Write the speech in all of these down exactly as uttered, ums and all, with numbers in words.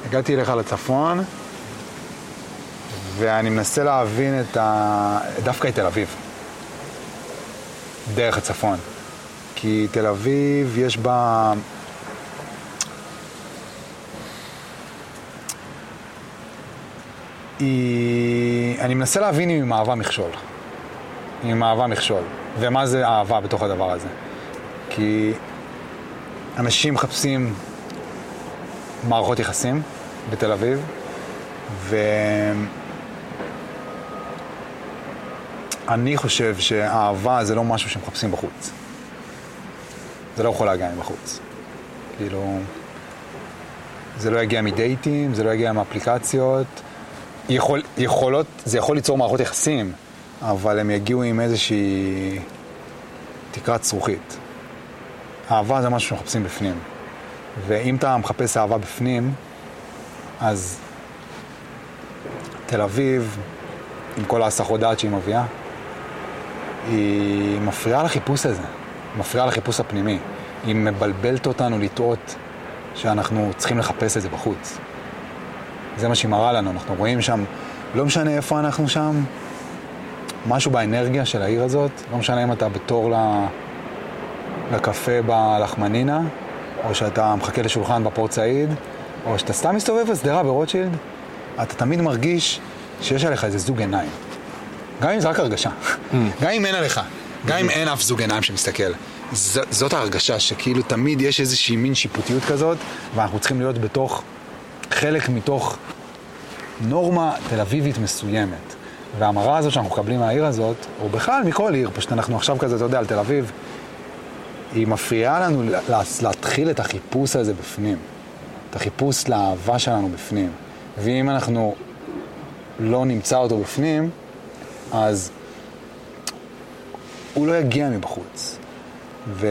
הגעתי אליך לצפון, ואני מנסה להבין את ה... דווקא את תל אביב. דרך הצפון. כי תל אביב יש בה... היא... אני מנסה להבין אם היא אהבה מכשול. אם היא אהבה מכשול. ומה זה אהבה בתוך הדבר הזה. כי אנשים מחפשים מערכות יחסים בתל אביב, ואני חושב שהאהבה זה לא משהו שמחפשים בחוץ. זה לא יכול להגיע מבחוץ. כאילו, זה לא יגיע מדייטים, זה לא יגיע מאפליקציות. יכול, יכולות, זה יכול ליצור מערכות יחסים, אבל הם יגיעו עם איזושהי תקרת זכוכית. אהבה זה משהו שמחפשים בפנים. ואם אתה מחפש אהבה בפנים, אז תל אביב, עם כל ההסחות דעת שהיא מביאה, היא מפריעה לחיפוש הזה. היא מפריעה לחיפוש הפנימי. היא מבלבלת אותנו לטעות שאנחנו צריכים לחפש את זה בחוץ. זה מה שהיא מראה לנו. אנחנו רואים שם, לא משנה איפה אנחנו שם, משהו באנרגיה של העיר הזאת, לא משנה אם אתה בתור לקפה בלחמנינה, או שאתה מחכה לשולחן בפורט סעיד, או שאתה סתם מסתובב בסדרה ברוטשילד, אתה תמיד מרגיש שיש עליך איזה זוג עיניים. גם אם זה רק הרגשה. Mm. גם אם אין עליך. גם אם אין אף זוג עיניים שמסתכל. ז, זאת ההרגשה שכאילו תמיד יש איזושהי מין שיפוטיות כזאת, ואנחנו צריכים להיות בתוך, חלק מתוך נורמה תל אביבית מסוימת. והמראה הזאת שאנחנו מקבלים מהעיר הזאת, או בכלל מכל עיר, פשוט אנחנו עכשיו כזה, אתה יודע, על תל אביב, היא מפריעה לנו לה, להתחיל את החיפוש הזה בפנים. את החיפוש לאהבה שלנו בפנים. ואם אנחנו לא נמצא אותו בפנים, אז הוא לא יגיע מבחוץ. ו...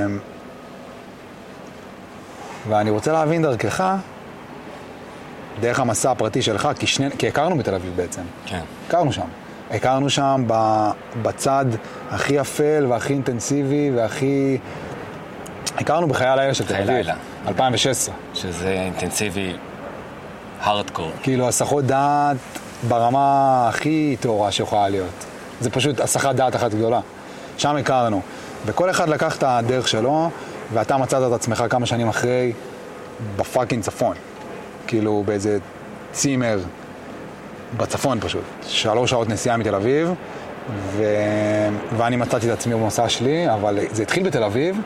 ואני רוצה להבין דרכך, דרך המסע הפרטי שלך, כי, שני... כי הכרנו בתל אביב בעצם. כן. הכרנו שם. הכרנו שם ב... בצד הכי אפל והכי אינטנסיבי והכי... הכרנו בחיי הלילה של תל אביב. לילה. אלפיים ושש עשרה. שזה אינטנסיבי, הארדקור. כאילו, הסחות דעת ברמה הכי תאורה שיכולה להיות. זה פשוט הסחת דעת אחת גדולה. שם הכרנו. וכל אחד לקח את הדרך שלו, ואתה מצאת את עצמך כמה שנים אחרי בפאקינג צפון. כאילו, באיזה צימר בצפון פשוט. שלוש שעות נסיעה מתל אביב, ו... ואני מצאתי את עצמי במסע שלי, אבל זה התחיל בתל אביב,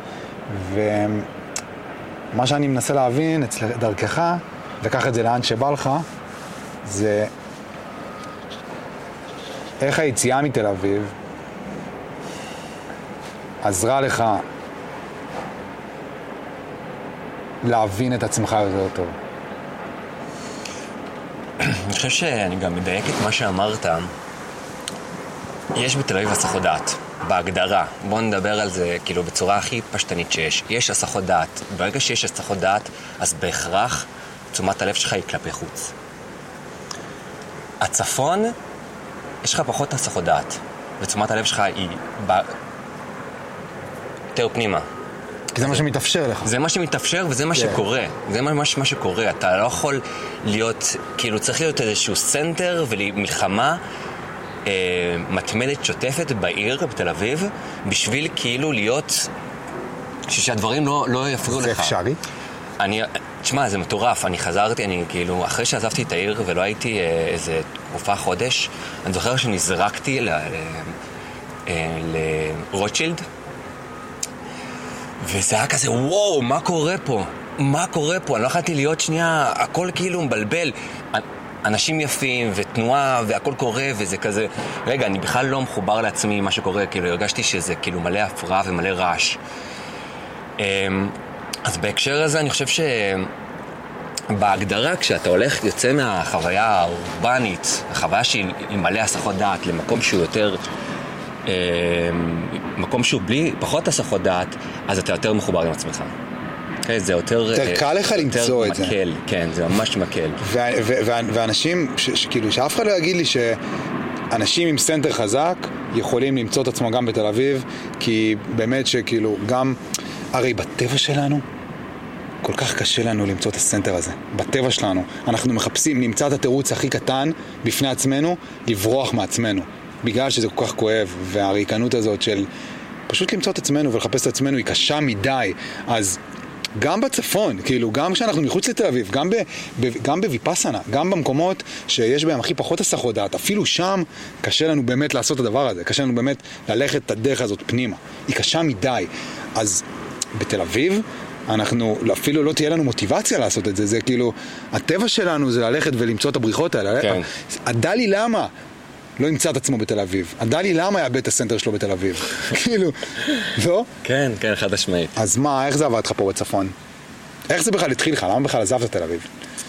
ומה שאני מנסה להבין אצל דרכך, לקח את זה לאן שבא לך, זה איך היציאה מתל אביב עזרה לך להבין את עצמך יותר טוב. אני חושב שאני גם מדייק את מה שאמרת. יש בתל אביב הסחות דעת, בהגדרה. בואו נדבר על זה כאילו בצורה הכי פשטנית שיש. יש הסחות דעת. ברגע שיש הסחות דעת, אז בהכרח תשומת הלב שלך היא כלפי חוץ. הצפון, יש לך פחות הסחות דעת, ותשומת הלב שלך היא ב... יותר פנימה. כי זה מה שמתאפשר לך. זה מה שמתאפשר וזה מה שקורה. זה מה מה שקורה. אתה לא יכול להיות, כאילו צריך להיות איזשהו סנטר ומלחמה אה, מתמדת שוטפת בעיר, בתל אביב, בשביל כאילו להיות, שהדברים לא, לא יפריעו לך. זה אפשרי? אני, תשמע, זה מטורף. אני חזרתי, אני כאילו, אחרי שעזבתי את העיר ולא הייתי אה, איזה תקופה חודש, אני זוכר שנזרקתי ל, ל, אה, לרוטשילד, וזה היה כזה, וואו, מה קורה פה? מה קורה פה? אני לא יכולתי להיות שנייה, הכל כאילו מבלבל. אנשים יפים ותנועה והכל קורה וזה כזה, רגע, אני בכלל לא מחובר לעצמי מה שקורה, כאילו הרגשתי שזה כאילו מלא הפרעה ומלא רעש. אז בהקשר הזה אני חושב שבהגדרה, כשאתה הולך, יוצא מהחוויה האורבנית, החוויה שהיא מלא הסחות דעת, למקום שהוא יותר... מקום שהוא בלי, פחות הסחות דעת, אז אתה יותר מחובר עם עצמך. זה יותר... יותר קל לך למצוא את זה. מקל, כן, זה ממש מקל. ואנשים, כאילו, שאף אחד לא יגיד לי שאנשים עם סנטר חזק יכולים למצוא את עצמם גם בתל אביב, כי באמת שכאילו, גם, הרי בטבע שלנו, כל כך קשה לנו למצוא את הסנטר הזה. בטבע שלנו, אנחנו מחפשים, נמצא את התירוץ הכי קטן בפני עצמנו, לברוח מעצמנו. בגלל שזה כל כך כואב, והריקנות הזאת של פשוט למצוא את עצמנו ולחפש את עצמנו היא קשה מדי. אז גם בצפון, כאילו, גם כשאנחנו מחוץ לתל אביב, גם, ב, ב, גם בויפאסנה, גם במקומות שיש בהם הכי פחות הסחות דעת, אפילו שם קשה לנו באמת לעשות את הדבר הזה, קשה לנו באמת ללכת את הדרך הזאת פנימה. היא קשה מדי. אז בתל אביב, אנחנו, אפילו לא תהיה לנו מוטיבציה לעשות את זה, זה כאילו, הטבע שלנו זה ללכת ולמצוא את הבריחות האלה. כן. הדלי למה לא ימצא את עצמו בתל אביב? הדלי למה יאבד את הסנטר שלו בתל אביב? כאילו, לא? כן, כן, חד משמעית. אז מה, איך זה עבד לך פה בצפון? איך זה בכלל התחיל לך? למה בכלל עזבת את תל אביב?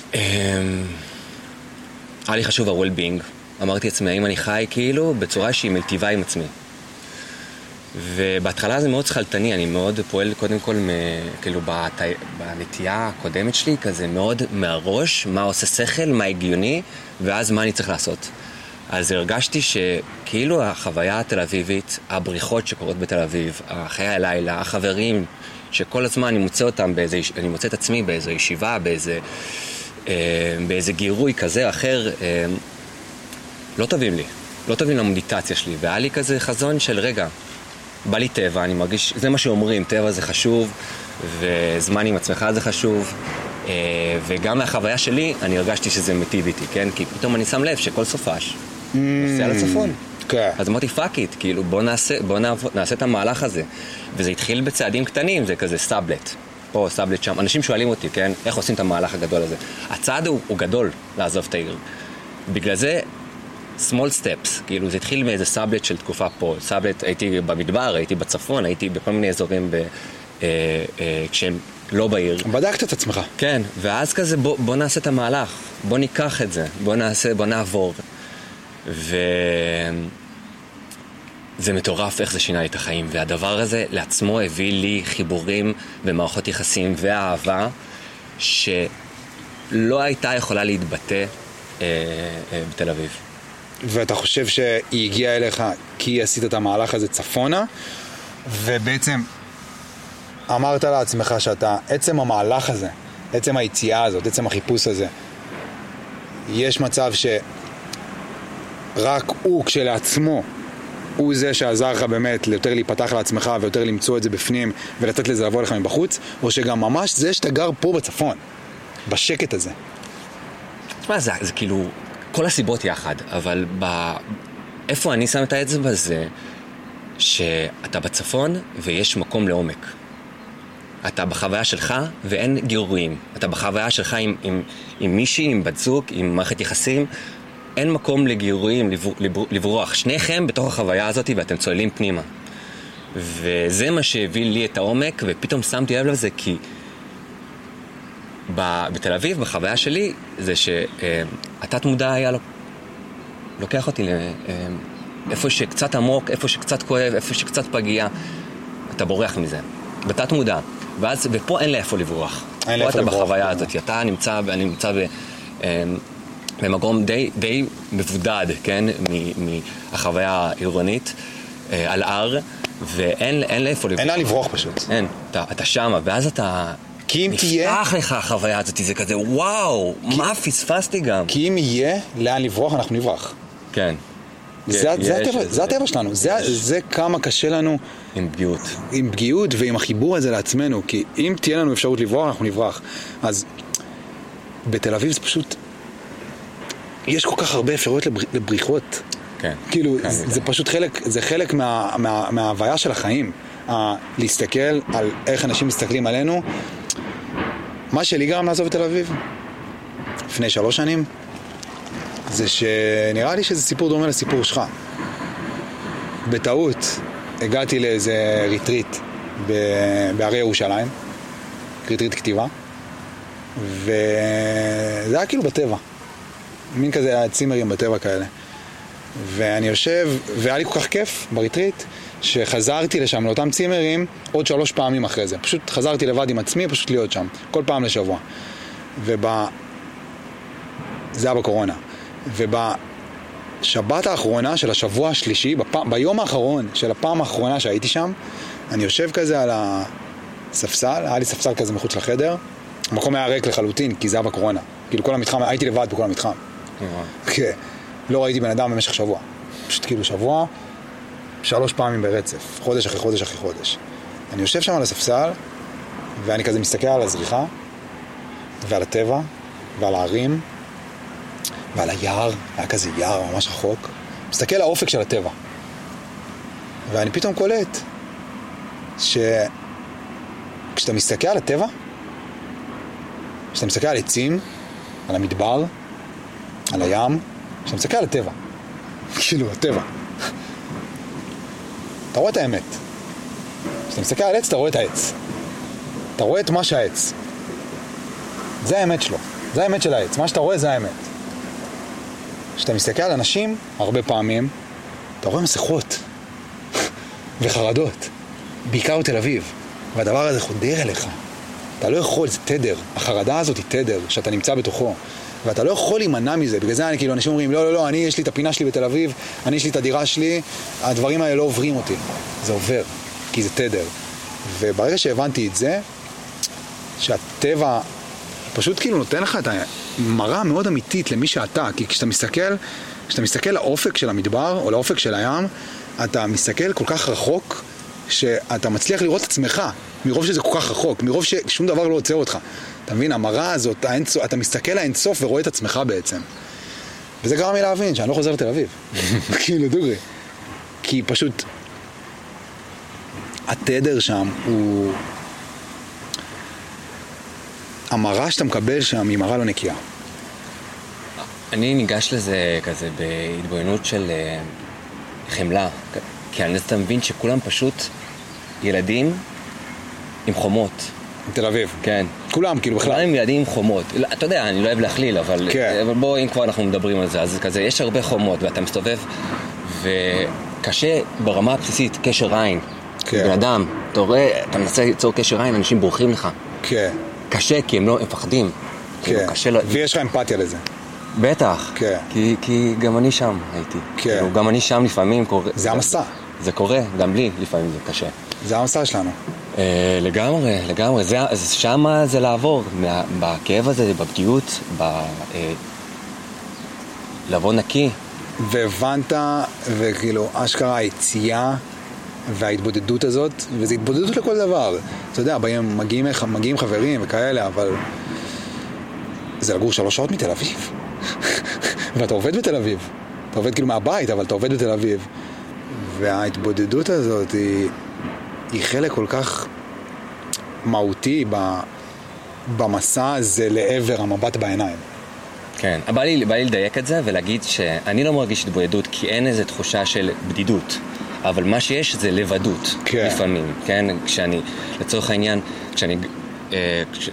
היה לי חשוב ה-well-being. אמרתי לעצמי, האם אני חי כאילו בצורה שהיא מיטיבה עם עצמי. ובהתחלה זה מאוד שחלטני, אני מאוד פועל קודם כל מ... כאילו בת... בנטייה הקודמת שלי, כזה מאוד מהראש, מה עושה שכל, מה הגיוני, ואז מה אני צריך לעשות. אז הרגשתי שכאילו החוויה התל אביבית, הבריחות שקורות בתל אביב, החיי הלילה, החברים, שכל הזמן אני מוצא אותם באיזה, אני מוצא את עצמי באיזו ישיבה, באיזה, אה, באיזה גירוי כזה או אחר, אה, לא טובים לי, לא טובים למדיטציה שלי, והיה לי כזה חזון של רגע, בא לי טבע, אני מרגיש, זה מה שאומרים, טבע זה חשוב, וזמן עם עצמך זה חשוב, וגם מהחוויה שלי, אני הרגשתי שזה מטיב איתי, כן? כי פתאום אני שם לב שכל סופש נוסע לצפון. אז אמרתי, פאק איט, כאילו, בוא נעשה, בוא נעשה את המהלך הזה. וזה התחיל בצעדים קטנים, זה כזה סאבלט. פה, סאבלט שם. אנשים שואלים אותי, כן? איך עושים את המהלך הגדול הזה? הצעד הוא, הוא גדול לעזוב את העיר. בגלל זה, small steps, כאילו זה התחיל מאיזה סאבלט של תקופה פה, סאבלט, הייתי במדבר, הייתי בצפון, הייתי בכל מיני אזורים ב, אה, אה, כשהם לא בעיר. בדקת את עצמך. כן, ואז כזה בוא, בוא נעשה את המהלך, בוא ניקח את זה, בוא נעשה, בוא נעבור. וזה מטורף איך זה שינה לי את החיים, והדבר הזה לעצמו הביא לי חיבורים ומערכות יחסים ואהבה שלא הייתה יכולה להתבטא אה, אה, בתל אביב. ואתה חושב שהיא הגיעה אליך כי עשית את המהלך הזה צפונה, ובעצם אמרת לעצמך שאתה, עצם המהלך הזה, עצם היציאה הזאת, עצם החיפוש הזה, יש מצב שרק הוא כשלעצמו, הוא זה שעזר לך באמת יותר להיפתח לעצמך ויותר למצוא את זה בפנים ולתת לזה לבוא לך מבחוץ, או שגם ממש זה שאתה גר פה בצפון, בשקט הזה. תשמע, זה, זה כאילו כל הסיבות יחד, אבל ב... איפה אני שם את האצבע זה שאתה בצפון ויש מקום לעומק. אתה בחוויה שלך ואין גירויים. אתה בחוויה שלך עם, עם, עם מישהי, עם בת זוג, עם מערכת יחסים. אין מקום לגירויים, לברוח. שניכם בתוך החוויה הזאת ואתם צוללים פנימה. וזה מה שהביא לי את העומק, ופתאום שמתי לב לזה כי בתל אביב, בחוויה שלי, זה שהתת מודע היה לוקח אותי לאיפה שקצת עמוק, איפה שקצת כואב, איפה שקצת פגיע. אתה בורח מזה. בתת מודע. ואז, ופה אין לי איפה לברוח. אין לי פה איפה אתה לברוח. בחוויה הזאת. אתה נמצא, אני נמצא ב... במקום די, די מבודד, כן? מהחוויה העירונית, על הר, ואין אין לי איפה לברוח. אין לה לברוח פשוט. אין. אתה, אתה שמה, ואז אתה... כי אם תהיה... נפתח לך החוויה הזאת, זה כזה, וואו, מה פספסתי גם? כי אם יהיה לאן לברוח, אנחנו נברח. כן. זה, זה, הטבע, זה הטבע שלנו, זה, זה כמה קשה לנו עם פגיעות. עם פגיעות ועם החיבור הזה לעצמנו, כי אם תהיה לנו אפשרות לברוח, אנחנו נברח. אז בתל אביב זה פשוט, יש כל כך הרבה אפשרויות לבר, לבריחות. כן. כאילו, כן, זה, כן. זה פשוט חלק, זה חלק מה, מה, מההוויה של החיים. ה, להסתכל על איך אנשים מסתכלים עלינו. מה שלי גרם לעזוב את תל אביב, לפני שלוש שנים, זה שנראה לי שזה סיפור דומה לסיפור שלך. בטעות הגעתי לאיזה ריטריט בערי ירושלים, ריטריט כתיבה, וזה היה כאילו בטבע, מין כזה צימרים בטבע כאלה. ואני יושב, והיה לי כל כך כיף בריטריט, שחזרתי לשם לאותם צימרים עוד שלוש פעמים אחרי זה. פשוט חזרתי לבד עם עצמי, פשוט להיות שם, כל פעם לשבוע. ובא... זה היה בקורונה. ובשבת האחרונה של השבוע השלישי, בפ... ביום האחרון של הפעם האחרונה שהייתי שם, אני יושב כזה על הספסל, היה לי ספסל כזה מחוץ לחדר, המקום היה ריק לחלוטין, כי זה היה בקורונה. כאילו כל המתחם, הייתי לבד בכל המתחם. כן. לא ראיתי בן אדם במשך שבוע. פשוט כאילו שבוע, שלוש פעמים ברצף. חודש אחרי חודש אחרי חודש. אני יושב שם על הספסל, ואני כזה מסתכל על הזריחה, ועל הטבע, ועל הערים, ועל היער, היה כזה יער ממש רחוק. מסתכל על האופק של הטבע. ואני פתאום קולט, שכשאתה מסתכל על הטבע, כשאתה מסתכל על עצים, על המדבר, על הים, כשאתה מסתכל על הטבע, כאילו, הטבע, אתה רואה את האמת. כשאתה מסתכל על עץ, אתה רואה את העץ. אתה רואה את מה שהעץ. זה האמת שלו. זה האמת של העץ. מה שאתה רואה זה האמת. כשאתה מסתכל על אנשים, הרבה פעמים, אתה רואה מסכות וחרדות. בעיקר בתל אביב. והדבר הזה חודר אליך. אתה לא יכול, זה תדר. החרדה הזאת היא תדר, שאתה נמצא בתוכו. ואתה לא יכול להימנע מזה. בגלל זה אני, כאילו, אנשים אומרים, לא, לא, לא, אני, יש לי את הפינה שלי בתל אביב, אני, יש לי את הדירה שלי, הדברים האלה לא עוברים אותי. זה עובר, כי זה תדר. וברגע שהבנתי את זה, שהטבע פשוט כאילו נותן לך את המראה מאוד אמיתית למי שאתה, כי כשאתה מסתכל, כשאתה מסתכל לאופק של המדבר או לאופק של הים, אתה מסתכל כל כך רחוק, שאתה מצליח לראות את עצמך, מרוב שזה כל כך רחוק, מרוב ששום דבר לא עוצר אותך. אתה מבין, המראה הזאת, האינסוף, אתה מסתכל לאינסוף ורואה את עצמך בעצם. וזה גרם לי להבין שאני לא חוזר לתל אביב. כאילו, דוגרי. כי פשוט התדר שם הוא... המראה שאתה מקבל שם היא מראה לא נקייה. אני ניגש לזה כזה בהתבוננות של חמלה. כי אני אתה מבין שכולם פשוט ילדים עם חומות. תל אביב. כן. כולם, כאילו בכלל. כולם ילדים עם חומות. אתה יודע, אני לא אוהב להכליל, אבל, כן. אבל בוא, אם כבר אנחנו מדברים על זה, אז כזה, יש הרבה חומות, ואתה מסתובב, וקשה ברמה הבסיסית, קשר עין. כן. בן אדם, אתה רואה, אתה מנסה ליצור קשר עין, אנשים בורחים לך. כן. קשה, כי הם לא, הם מפחדים. כן. קשה לא... ויש לך אמפתיה לזה. בטח. כן. כי, כי גם אני שם הייתי. כן. כאילו, גם אני שם לפעמים קורה... זה המסע. זה קורה, גם לי לפעמים זה קשה. זה המסע שלנו. אה, לגמרי, לגמרי. זה, אז שמה זה לעבור, מה, בכאב הזה, בפגיעות, ב... אה, לבוא נקי. והבנת, וכאילו, אשכרה היציאה וההתבודדות הזאת, וזו התבודדות לכל דבר. אתה יודע, באים, מגיעים, מגיעים חברים וכאלה, אבל זה לגור שלוש שעות מתל אביב. ואתה עובד בתל אביב. אתה עובד כאילו מהבית, אבל אתה עובד בתל אביב. וההתבודדות הזאת היא, היא חלק כל כך מהותי ב, במסע הזה לעבר המבט בעיניים. כן, בא לי, בא לי לדייק את זה ולהגיד שאני לא מרגיש התבודדות כי אין איזו תחושה של בדידות. אבל מה שיש זה לבדות, כן. לפעמים, כן? כשאני, לצורך העניין, כשאני, אה, כש,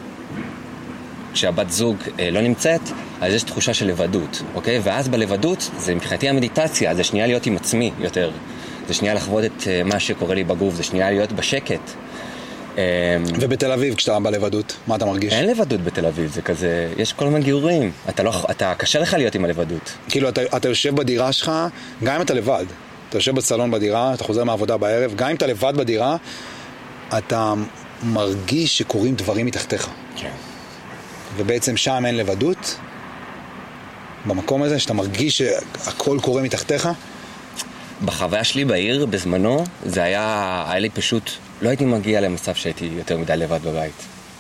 כשהבת זוג אה, לא נמצאת, אז יש תחושה של לבדות, אוקיי? ואז בלבדות, זה מבחינתי המדיטציה, זה שנייה להיות עם עצמי יותר. זה שנייה לחוות את אה, מה שקורה לי בגוף, זה שנייה להיות בשקט. אה, ובתל אביב, כשאתה בלבדות, מה אתה מרגיש? אין לבדות בתל אביב, זה כזה, יש כל מיני גירורים. אתה לא, אתה, קשה לך להיות עם הלבדות. כאילו, אתה, אתה יושב בדירה שלך, גם אם אתה לבד. אתה יושב בסלון בדירה, אתה חוזר מהעבודה בערב, גם אם אתה לבד בדירה, אתה מרגיש שקורים דברים מתחתיך. כן. ובעצם שם אין לבדות, במקום הזה, שאתה מרגיש שהכל קורה מתחתיך. בחוויה שלי בעיר, בזמנו, זה היה, היה לי פשוט, לא הייתי מגיע למצב שהייתי יותר מדי לבד בבית.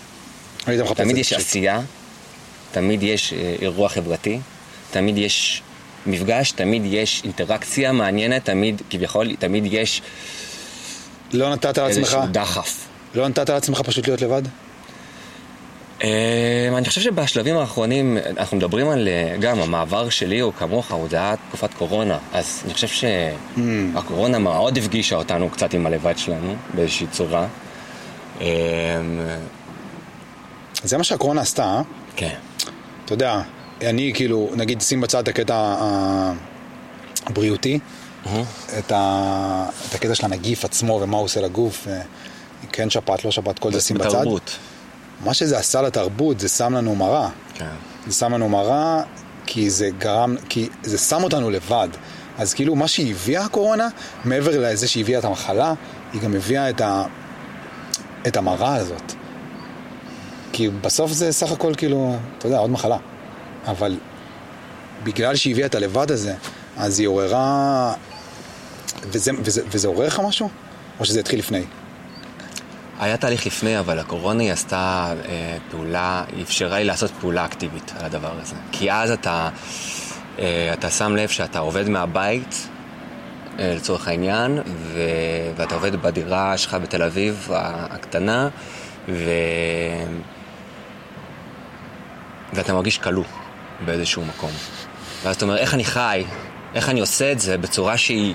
תמיד יש עשייה, תמיד יש אירוע חברתי, תמיד יש... מפגש, תמיד יש אינטראקציה מעניינת, תמיד, כביכול, תמיד יש לא נתת לעצמך, איזשהו דחף. לא נתת לעצמך פשוט להיות לבד? אני חושב שבשלבים האחרונים, אנחנו מדברים על גם המעבר שלי או כמוך, הוא זה היה תקופת קורונה, אז אני חושב שהקורונה מאוד הפגישה אותנו קצת עם הלבד שלנו, באיזושהי צורה. זה מה שהקורונה עשתה, אה? כן. אתה יודע, אני כאילו, נגיד, שים בצד את הקטע הבריאותי, את הקטע של הנגיף עצמו ומה הוא עושה לגוף, כן שפעת, לא שפעת, כל זה שים בצד. מה שזה עשה לתרבות, זה שם לנו מראה. זה שם לנו מראה, כי זה גרם, כי זה שם אותנו לבד. אז כאילו, מה שהיא הביאה הקורונה, מעבר לזה שהיא הביאה את המחלה, היא גם הביאה את ה... את המראה הזאת. כי בסוף זה סך הכל כאילו, אתה יודע, עוד מחלה. אבל בגלל שהיא הביאה את הלבד הזה, אז היא עוררה... וזה, וזה, וזה עורר לך משהו? או שזה התחיל לפני? היה תהליך לפני, אבל הקורונה היא עשתה אה, פעולה, היא אפשרה לי לעשות פעולה אקטיבית על הדבר הזה. כי אז אתה, אה, אתה שם לב שאתה עובד מהבית, אה, לצורך העניין, ו, ואתה עובד בדירה שלך בתל אביב הקטנה, ו, ואתה מרגיש קלו באיזשהו מקום. ואז אתה אומר, איך אני חי, איך אני עושה את זה בצורה שהיא...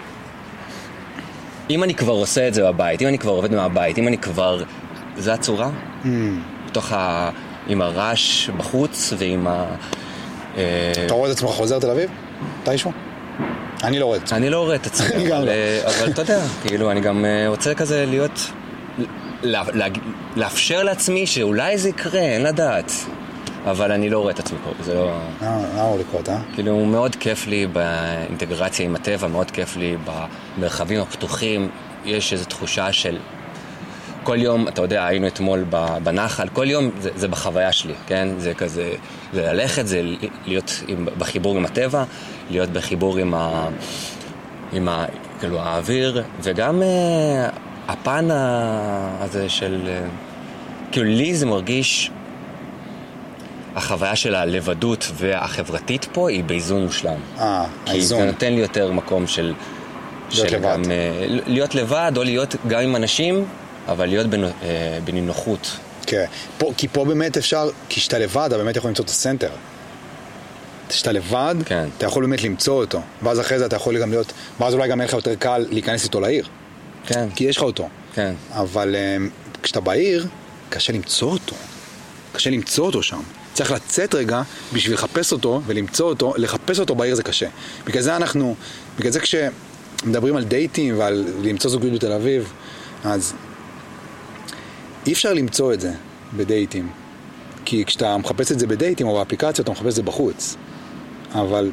אם אני כבר עושה את זה בבית, אם אני כבר עובד מהבית, אם אני כבר... זה הצורה? Mm. בתוך ה... עם הרעש בחוץ ועם ה... אתה רואה את עצמך חוזר תל אביב? מתישהו? אני לא רואה את עצמי. אני לא רואה את עצמי, אבל, אבל אתה יודע, כאילו, אני גם רוצה כזה להיות... לה, לה, לאפשר לעצמי שאולי זה יקרה, אין לדעת. אבל אני לא רואה את עצמי פה, זה לא... מה אמור לקרות, אה? כאילו, מאוד כיף לי באינטגרציה עם הטבע, מאוד כיף לי במרחבים הפתוחים. יש איזו תחושה של... כל יום, אתה יודע, היינו אתמול בנחל, כל יום זה, זה בחוויה שלי, כן? זה כזה, זה ללכת, זה להיות עם, בחיבור עם הטבע, להיות בחיבור עם ה... עם ה... כאילו, האוויר, וגם אה, הפן הזה של... אה, כאילו, לי זה מרגיש... החוויה של הלבדות והחברתית פה היא באיזון מושלם. אה, האיזון. כי זה נותן לי יותר מקום של... להיות לבד. גם, להיות לבד או להיות גם עם אנשים, אבל להיות בנינוחות. כן. פה, כי פה באמת אפשר, כי שאתה לבד, אתה באמת יכול למצוא את הסנטר. כשאתה לבד, כן. אתה יכול באמת למצוא אותו. ואז אחרי זה אתה יכול גם להיות... ואז אולי גם יהיה לך יותר קל להיכנס איתו לעיר. כן. כי יש לך אותו. כן. אבל כשאתה בעיר, קשה למצוא אותו. קשה למצוא אותו שם. צריך לצאת רגע בשביל לחפש אותו ולמצוא אותו, לחפש אותו בעיר זה קשה. בגלל זה אנחנו, בגלל זה כשמדברים על דייטים ועל למצוא זוגיות בתל אביב, אז אי אפשר למצוא את זה בדייטים. כי כשאתה מחפש את זה בדייטים או באפליקציות, אתה מחפש את זה בחוץ. אבל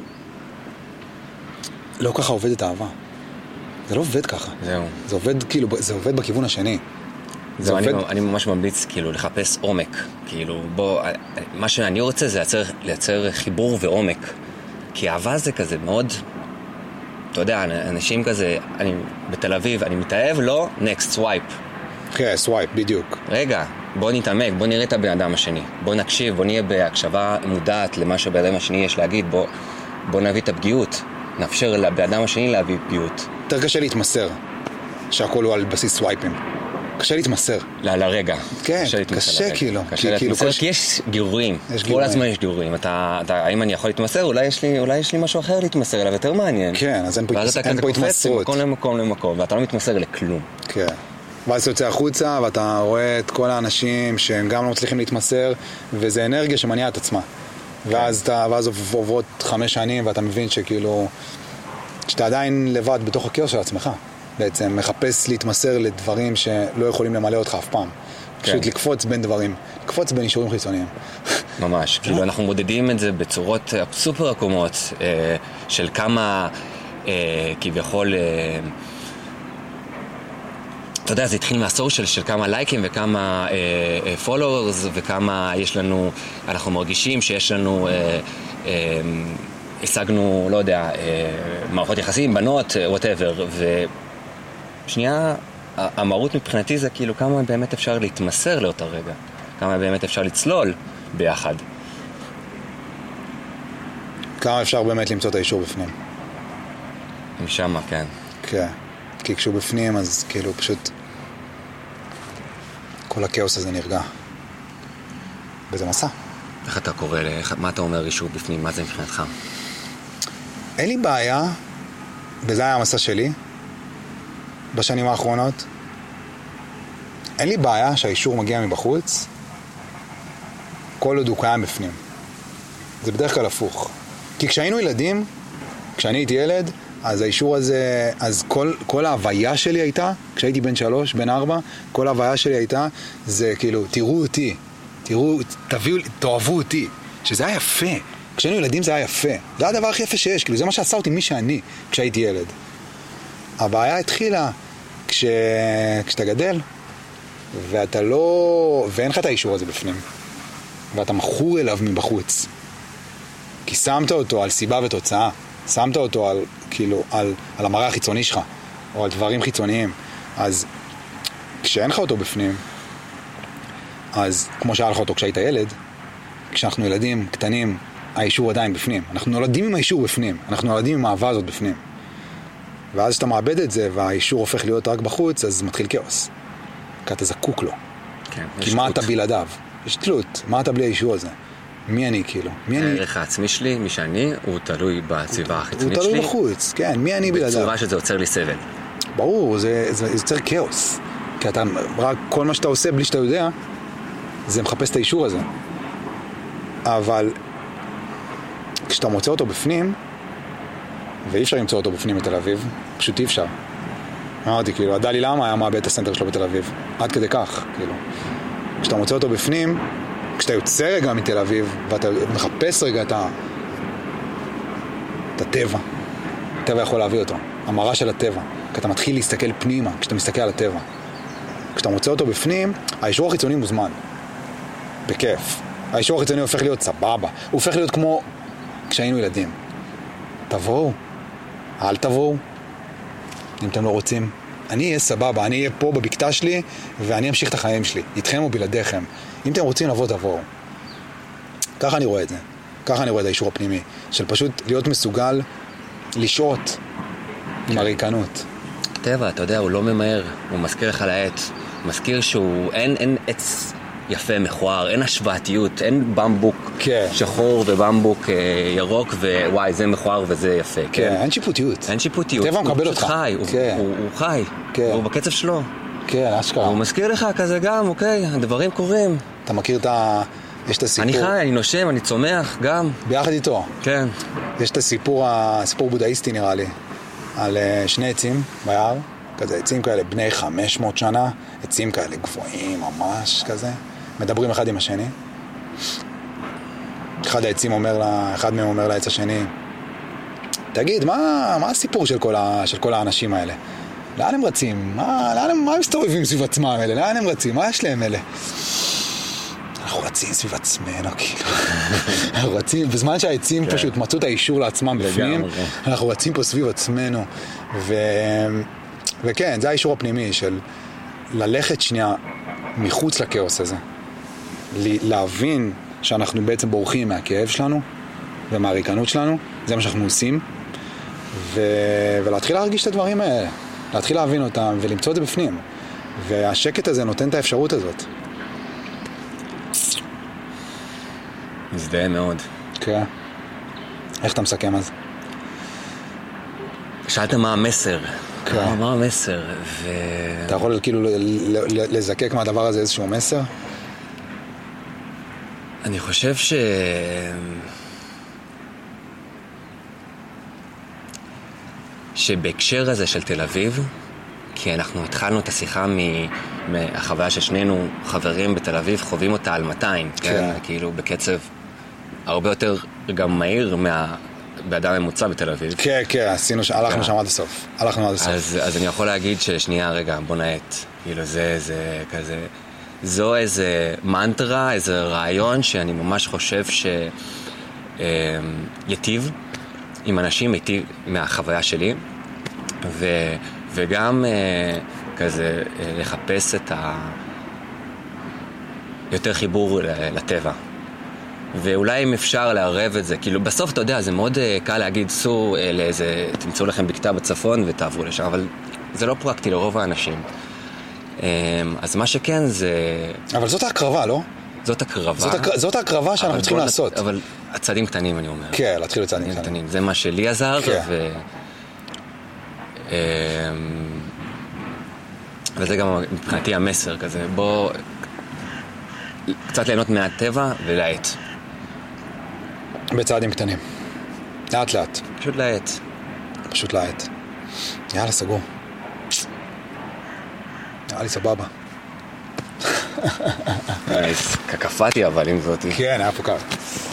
לא ככה עובדת אהבה. זה לא עובד ככה. זהו. זה עובד כאילו, זה עובד בכיוון השני. זהו, אני, אני ממש ממליץ כאילו לחפש עומק, כאילו בוא, מה שאני רוצה זה לייצר, לייצר חיבור ועומק, כי אהבה זה כזה מאוד, אתה יודע, אנשים כזה, אני בתל אביב, אני מתאהב, לא, next swipe. כן, סווייפ, בדיוק. רגע, בוא נתעמק, בוא נראה את הבן אדם השני, בוא נקשיב, בוא נהיה בהקשבה מודעת למה שבן אדם השני יש להגיד, בוא, בוא נביא את הפגיעות, נאפשר לבן אדם השני להביא פגיעות. יותר קשה להתמסר, שהכל הוא על בסיס סווייפים. קשה להתמסר. ל- לרגע. כן, קשה, קשה כאילו. קשה להתמסר, כי יש גירויים. יש כל גירויים. הזמן יש גירויים. אתה, אתה, האם אני יכול להתמסר? אולי יש לי, אולי יש לי משהו אחר להתמסר אליו, יותר מעניין. כן, אז אין פה, ואז אתה אין כזה פה קופץ התמסרות. ממקום למקום למקום, ואתה לא מתמסר לכלום. כן. ואז אתה יוצא החוצה, ואתה רואה את כל האנשים שהם גם לא מצליחים להתמסר, וזה אנרגיה שמניעה את עצמה. ואז, אתה, ואז עוברות חמש שנים, ואתה מבין שכאילו, שאתה עדיין לבד בתוך הכאוס של עצמך. בעצם מחפש להתמסר לדברים שלא יכולים למלא אותך אף פעם. כן. פשוט לקפוץ בין דברים, לקפוץ בין אישורים חיצוניים. ממש, כאילו אנחנו מודדים את זה בצורות סופר עקומות, אה, של כמה אה, כביכול... אה, אתה יודע, זה התחיל מהסור של, של כמה לייקים וכמה פולוורס, אה, אה, וכמה יש לנו, אנחנו מרגישים שיש לנו... אה, אה, השגנו, לא יודע, אה, מערכות יחסים, בנות, whatever, ושנייה, המהות מבחינתי זה כאילו כמה באמת אפשר להתמסר לאותו רגע, כמה באמת אפשר לצלול ביחד. כמה אפשר באמת למצוא את האישור בפנים. משם, כן. כן, כי כשהוא בפנים אז כאילו פשוט כל הכאוס הזה נרגע. וזה מסע. איך אתה קורא, מה אתה אומר אישור בפנים, מה זה מבחינתך? אין לי בעיה, וזה היה המסע שלי בשנים האחרונות. אין לי בעיה שהאישור מגיע מבחוץ כל עוד הוא קיים בפנים. זה בדרך כלל הפוך. כי כשהיינו ילדים, כשאני הייתי ילד, אז האישור הזה, אז כל, כל ההוויה שלי הייתה, כשהייתי בן שלוש, בן ארבע, כל ההוויה שלי הייתה, זה כאילו, תראו אותי, תראו, תביאו, תאהבו אותי, שזה היה יפה. כשהיינו ילדים זה היה יפה. זה היה הדבר הכי יפה שיש, כאילו זה מה שעשה אותי מי שאני, כשהייתי ילד. הבעיה התחילה כש... כשאתה גדל, ואתה לא... ואין לך את האישור הזה בפנים. ואתה מכור אליו מבחוץ. כי שמת אותו על סיבה ותוצאה. שמת אותו על, כאילו, על, על המראה החיצוני שלך, או על דברים חיצוניים. אז כשאין לך אותו בפנים, אז כמו שהיה לך אותו כשהיית ילד, כשאנחנו ילדים קטנים, האישור עדיין בפנים. אנחנו נולדים עם האישור בפנים. אנחנו נולדים עם האהבה הזאת בפנים. ואז כשאתה מאבד את זה, והאישור הופך להיות רק בחוץ, אז מתחיל כאוס. כי אתה זקוק לו. כן, כי מה אתה בלעדיו? יש תלות. מה אתה בלי האישור הזה? מי אני כאילו? מי אני? הערך העצמי שלי, מי שאני, הוא תלוי בסביבה החיצונית שלי. הוא תלוי בחוץ, כן. מי אני בלעדיו? בצורה שזה יוצר לי סבל. ברור, זה, זה יוצר כאוס. כי אתה, רק כל מה שאתה עושה בלי שאתה יודע, זה מחפש את האישור הזה. אבל כשאתה מוצא אותו בפנים, ואי אפשר למצוא אותו בפנים בתל אביב, פשוט אי אפשר. אמרתי, כאילו, הדלי למה היה מאבד את הסנטר שלו בתל אביב? עד כדי כך, כאילו. כשאתה מוצא אותו בפנים, כשאתה יוצא רגע מתל אביב, ואתה מחפש רגע את ה... את הטבע. הטבע יכול להביא אותו. המראה של הטבע. כי אתה מתחיל להסתכל פנימה, כשאתה מסתכל על הטבע. כשאתה מוצא אותו בפנים, האישור החיצוני מוזמן. בכיף. האישור החיצוני הופך להיות סבבה. הוא הופך להיות כמו כשהיינו ילדים. תבואו. אל תבואו. אם אתם לא רוצים. אני אהיה סבבה, אני אהיה פה בבקתה שלי, ואני אמשיך את החיים שלי. איתכם או בלעדיכם. אם אתם רוצים לבוא, תבואו. ככה אני רואה את זה. ככה אני רואה את האישור הפנימי. של פשוט להיות מסוגל לשעות עם הריקנות. טבע, אתה יודע, הוא לא ממהר. הוא מזכיר לך לעט. הוא מזכיר שהוא... אין, אין עץ יפה, מכוער, אין השוואתיות, אין במבוק כן. שחור ובמבוק אה, ירוק, ווואי, זה מכוער וזה יפה. כן, כן. אין שיפוטיות. אין שיפוטיות. טבע מקבל אותך. הוא פשוט חי, כן. הוא, הוא, הוא חי. כן. הוא בקצב שלו. כן, אשכרה. הוא מזכיר לך כזה גם, אוקיי, הדברים קורים. אתה מכיר את ה... יש את הסיפור... אני חי, אני נושם, אני צומח, גם. ביחד איתו. כן. יש את הסיפור, הסיפור בודהיסטי נראה לי, על שני עצים ביער, כזה עצים כאלה בני חמש מאות שנה, עצים כאלה גבוהים ממש כזה, מדברים אחד עם השני. אחד העצים אומר לה, אחד מהם אומר לעץ השני, תגיד, מה, מה הסיפור של כל, ה, של כל האנשים האלה? לאן הם רצים? מה, לאן הם, מה הם מסתובבים סביב עצמם האלה? לאן הם רצים? מה יש להם אלה? אנחנו רצים סביב עצמנו, כאילו. אנחנו רצים, בזמן שהעצים פשוט מצאו את האישור לעצמם בפנים, אנחנו רצים פה סביב עצמנו. ו... וכן, זה האישור הפנימי של ללכת שנייה מחוץ לכאוס הזה. להבין שאנחנו בעצם בורחים מהכאב שלנו ומהריקנות שלנו, זה מה שאנחנו עושים, ו... ולהתחיל להרגיש את הדברים האלה, להתחיל להבין אותם ולמצוא את זה בפנים. והשקט הזה נותן את האפשרות הזאת. מזדהה מאוד. כן. איך אתה מסכם אז? שאלת מה המסר. כן. מה המסר? ו... אתה יכול כאילו לזקק מהדבר הזה איזשהו מסר? אני חושב ש... שבהקשר הזה של תל אביב, כי אנחנו התחלנו את השיחה מהחוויה ששנינו חברים בתל אביב, חווים אותה על מאתיים, כן. כן? כאילו בקצב הרבה יותר גם מהיר מה... באדם ממוצע בתל אביב. כן, כן, עשינו, הלכנו שם עד הסוף. הלכנו עד הסוף. אז, אז אני יכול להגיד ששנייה, רגע, בוא נעט. כאילו זה, זה כזה... זו איזה מנטרה, איזה רעיון שאני ממש חושב שיטיב עם אנשים, יטיב מהחוויה שלי, ו, וגם כזה לחפש את ה... יותר חיבור לטבע. ואולי אם אפשר לערב את זה, כאילו בסוף אתה יודע, זה מאוד קל להגיד, סו לאיזה, תמצאו לכם בקתה בצפון ותעברו לשם, אבל זה לא פרקטי לרוב האנשים. אז מה שכן זה... אבל זאת ההקרבה, לא? זאת הקרבה. זאת, הק... זאת ההקרבה שאנחנו צריכים לעשות. אבל הצעדים קטנים, אני אומר. כן, להתחיל לצעדים קטנים. קטנים. זה מה שלי עזר, כן. ו... וזה גם מבחינתי המסר כזה. בוא קצת ליהנות מהטבע ולעט. בצעדים קטנים. לאט לאט. פשוט לעט. פשוט לעט. יאללה, סגור. נראה לי סבבה. קקפתי אבל עם זאת. כן, היה פה קר.